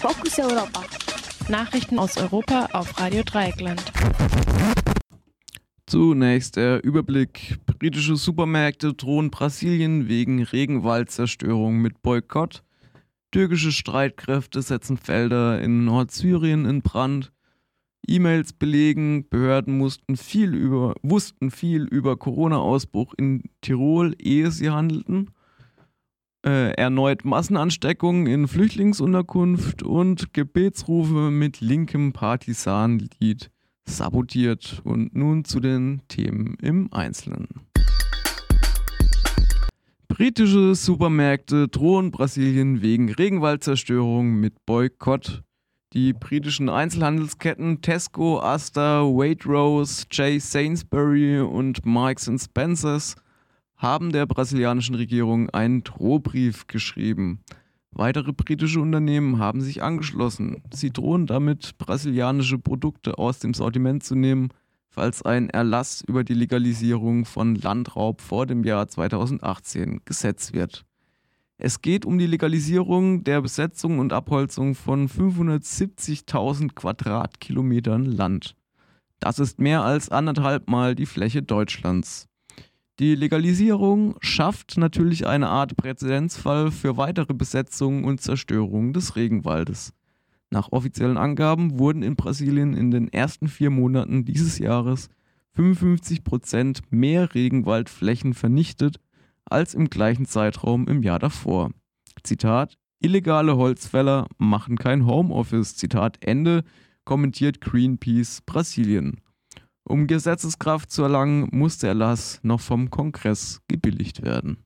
Fokus Europa. Nachrichten aus Europa auf Radio Dreieckland. Zunächst der Überblick. Britische Supermärkte drohen Brasilien wegen Regenwaldzerstörung mit Boykott. Türkische Streitkräfte setzen Felder in Nordsyrien in Brand. E-Mails belegen, Behörden wussten viel über Corona-Ausbruch in Tirol, ehe sie handelten. Erneut Massenansteckungen in Flüchtlingsunterkunft und Gebetsrufe mit linkem Partisanenlied sabotiert. Und nun zu den Themen im Einzelnen. Britische Supermärkte drohen Brasilien wegen Regenwaldzerstörung mit Boykott. Die britischen Einzelhandelsketten Tesco, Asda, Waitrose, J. Sainsbury und Marks & Spencers haben der brasilianischen Regierung einen Drohbrief geschrieben. Weitere britische Unternehmen haben sich angeschlossen. Sie drohen damit, brasilianische Produkte aus dem Sortiment zu nehmen, falls ein Erlass über die Legalisierung von Landraub vor dem Jahr 2018 gesetzt wird. Es geht um die Legalisierung der Besetzung und Abholzung von 570.000 Quadratkilometern Land. Das ist mehr als 1,5 Mal die Fläche Deutschlands. Die Legalisierung schafft natürlich eine Art Präzedenzfall für weitere Besetzungen und Zerstörungen des Regenwaldes. Nach offiziellen Angaben wurden in Brasilien in den ersten 4 Monaten dieses Jahres 55% mehr Regenwaldflächen vernichtet als im gleichen Zeitraum im Jahr davor. Zitat: Illegale Holzfäller machen kein Homeoffice, Zitat Ende, kommentiert Greenpeace Brasilien. Um Gesetzeskraft zu erlangen, muss der Erlass noch vom Kongress gebilligt werden.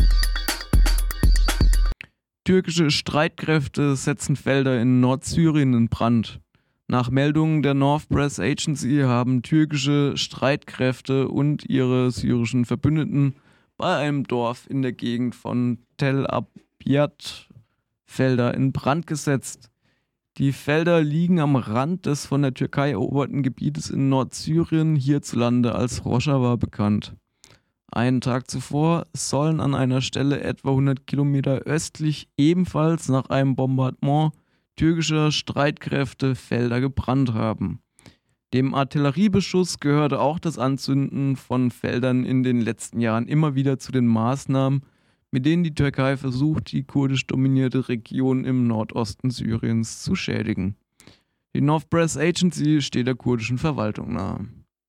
Türkische Streitkräfte setzen Felder in Nordsyrien in Brand. Nach Meldungen der North Press Agency haben türkische Streitkräfte und ihre syrischen Verbündeten bei einem Dorf in der Gegend von Tel Abyad Felder in Brand gesetzt. Die Felder liegen am Rand des von der Türkei eroberten Gebietes in Nordsyrien, hierzulande als Rojava bekannt. Einen Tag zuvor sollen an einer Stelle etwa 100 Kilometer östlich ebenfalls nach einem Bombardement türkischer Streitkräfte Felder gebrannt haben. Dem Artilleriebeschuss gehörte auch das Anzünden von Feldern in den letzten Jahren immer wieder zu den Maßnahmen, mit denen die Türkei versucht, die kurdisch dominierte Region im Nordosten Syriens zu schädigen. Die North Press Agency steht der kurdischen Verwaltung nahe.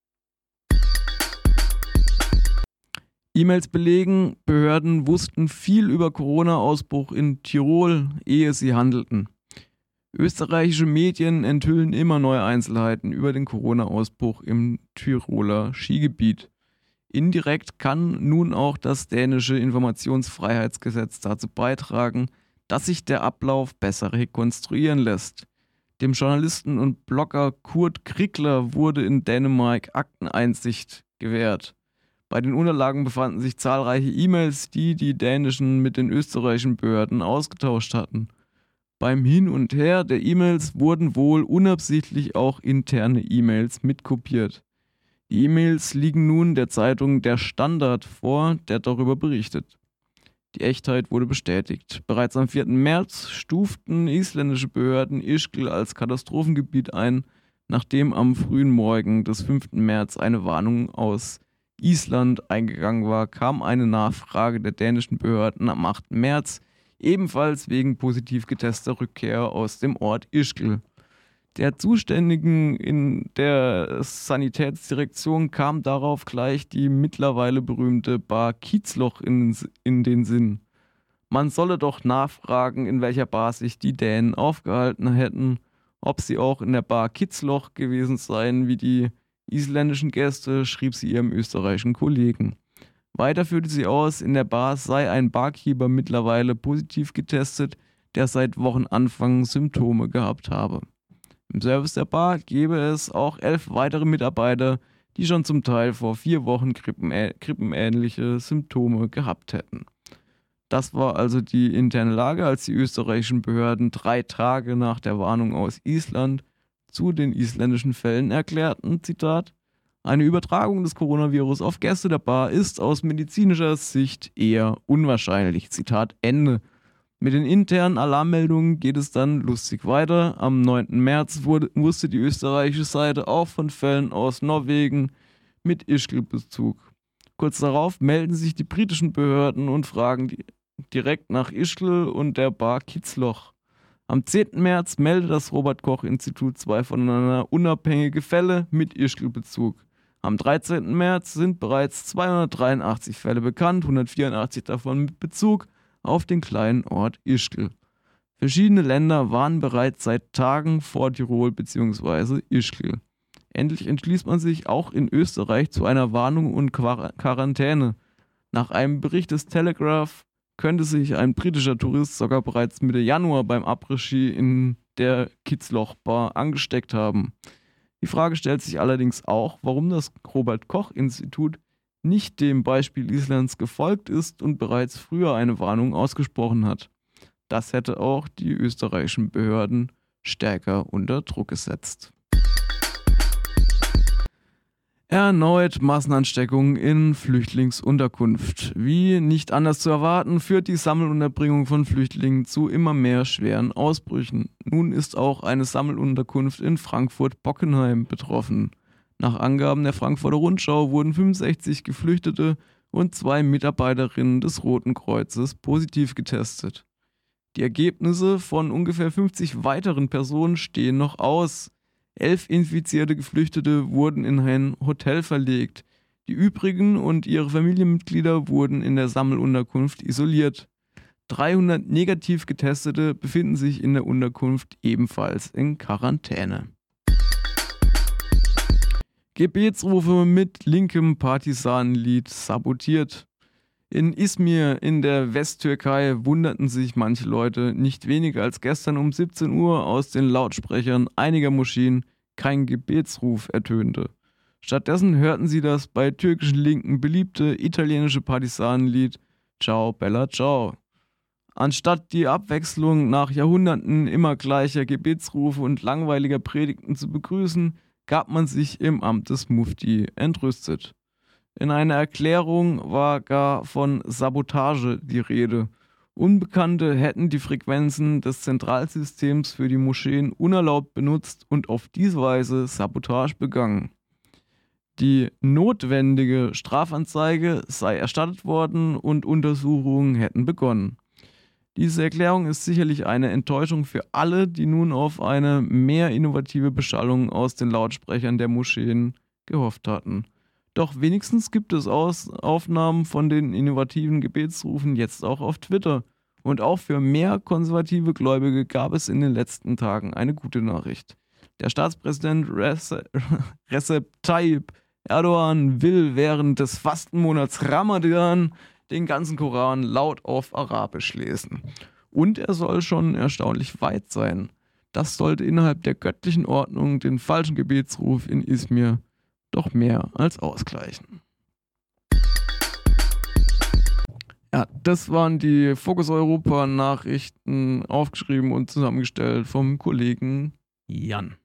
E-Mails belegen, Behörden wussten viel über Corona-Ausbruch in Tirol, ehe sie handelten. Österreichische Medien enthüllen immer neue Einzelheiten über den Corona-Ausbruch im Tiroler Skigebiet. Indirekt kann nun auch das dänische Informationsfreiheitsgesetz dazu beitragen, dass sich der Ablauf besser rekonstruieren lässt. Dem Journalisten und Blogger Kurt Kriegler wurde in Dänemark Akteneinsicht gewährt. Bei den Unterlagen befanden sich zahlreiche E-Mails, die die dänischen mit den österreichischen Behörden ausgetauscht hatten. Beim Hin und Her der E-Mails wurden wohl unabsichtlich auch interne E-Mails mitkopiert. Die E-Mails liegen nun der Zeitung Der Standard vor, der darüber berichtet. Die Echtheit wurde bestätigt. Bereits am 4. März stuften isländische Behörden Ischgl als Katastrophengebiet ein, nachdem am frühen Morgen des 5. März eine Warnung aus Island eingegangen war, kam eine Nachfrage der dänischen Behörden am 8. März, ebenfalls wegen positiv getesteter Rückkehr aus dem Ort Ischgl. Der Zuständigen in der Sanitätsdirektion kam darauf gleich die mittlerweile berühmte Bar Kitzloch in den Sinn. Man solle doch nachfragen, in welcher Bar sich die Dänen aufgehalten hätten, ob sie auch in der Bar Kitzloch gewesen seien wie die isländischen Gäste, schrieb sie ihrem österreichischen Kollegen. Weiter führte sie aus, in der Bar sei ein Barkeeper mittlerweile positiv getestet, der seit Wochenanfang Symptome gehabt habe. Im Service der Bar gäbe es auch 11 weitere Mitarbeiter, die schon zum Teil vor 4 Wochen grippenähnliche Symptome gehabt hätten. Das war also die interne Lage, als die österreichischen Behörden 3 Tage nach der Warnung aus Island zu den isländischen Fällen erklärten, Zitat: Eine Übertragung des Coronavirus auf Gäste der Bar ist aus medizinischer Sicht eher unwahrscheinlich, Zitat Ende. Mit den internen Alarmmeldungen geht es dann lustig weiter. Am 9. März wusste die österreichische Seite auch von Fällen aus Norwegen mit Ischgl-Bezug. Kurz darauf melden sich die britischen Behörden und fragen direkt nach Ischgl und der Bar Kitzloch. Am 10. März meldet das Robert-Koch-Institut 2 voneinander unabhängige Fälle mit Ischgl-Bezug. Am 13. März sind bereits 283 Fälle bekannt, 184 davon mit Bezug auf den kleinen Ort Ischgl. Verschiedene Länder waren bereits seit Tagen vor Tirol bzw. Ischgl. Endlich entschließt man sich auch in Österreich zu einer Warnung und Quarantäne. Nach einem Bericht des Telegraph könnte sich ein britischer Tourist sogar bereits Mitte Januar beim Après-Ski in der Kitzloch-Bar angesteckt haben. Die Frage stellt sich allerdings auch, warum das Robert-Koch-Institut nicht dem Beispiel Islands gefolgt ist und bereits früher eine Warnung ausgesprochen hat. Das hätte auch die österreichischen Behörden stärker unter Druck gesetzt. Erneut Massenansteckung in Flüchtlingsunterkunft. Wie nicht anders zu erwarten, führt die Sammelunterbringung von Flüchtlingen zu immer mehr schweren Ausbrüchen. Nun ist auch eine Sammelunterkunft in Frankfurt-Bockenheim betroffen. Nach Angaben der Frankfurter Rundschau wurden 65 Geflüchtete und 2 Mitarbeiterinnen des Roten Kreuzes positiv getestet. Die Ergebnisse von ungefähr 50 weiteren Personen stehen noch aus. 11 infizierte Geflüchtete wurden in ein Hotel verlegt. Die übrigen und ihre Familienmitglieder wurden in der Sammelunterkunft isoliert. 300 negativ Getestete befinden sich in der Unterkunft ebenfalls in Quarantäne. Gebetsrufe mit linkem Partisanenlied sabotiert. In Izmir in der Westtürkei wunderten sich manche Leute nicht weniger als gestern um 17 Uhr aus den Lautsprechern einiger Moscheen kein Gebetsruf ertönte. Stattdessen hörten sie das bei türkischen Linken beliebte italienische Partisanenlied Ciao Bella Ciao. Anstatt die Abwechslung nach Jahrhunderten immer gleicher Gebetsrufe und langweiliger Predigten zu begrüßen, gab man sich im Amt des Mufti entrüstet. In einer Erklärung war gar von Sabotage die Rede. Unbekannte hätten die Frequenzen des Zentralsystems für die Moscheen unerlaubt benutzt und auf diese Weise Sabotage begangen. Die notwendige Strafanzeige sei erstattet worden und Untersuchungen hätten begonnen. Diese Erklärung ist sicherlich eine Enttäuschung für alle, die nun auf eine mehr innovative Beschallung aus den Lautsprechern der Moscheen gehofft hatten. Doch wenigstens gibt es Aufnahmen von den innovativen Gebetsrufen jetzt auch auf Twitter. Und auch für mehr konservative Gläubige gab es in den letzten Tagen eine gute Nachricht. Der Staatspräsident Recep Tayyip Erdogan will während des Fastenmonats Ramadan den ganzen Koran laut auf Arabisch lesen. Und er soll schon erstaunlich weit sein. Das sollte innerhalb der göttlichen Ordnung den falschen Gebetsruf in Izmir doch mehr als ausgleichen. Ja, das waren die Fokus Europa Nachrichten, aufgeschrieben und zusammengestellt vom Kollegen Jan.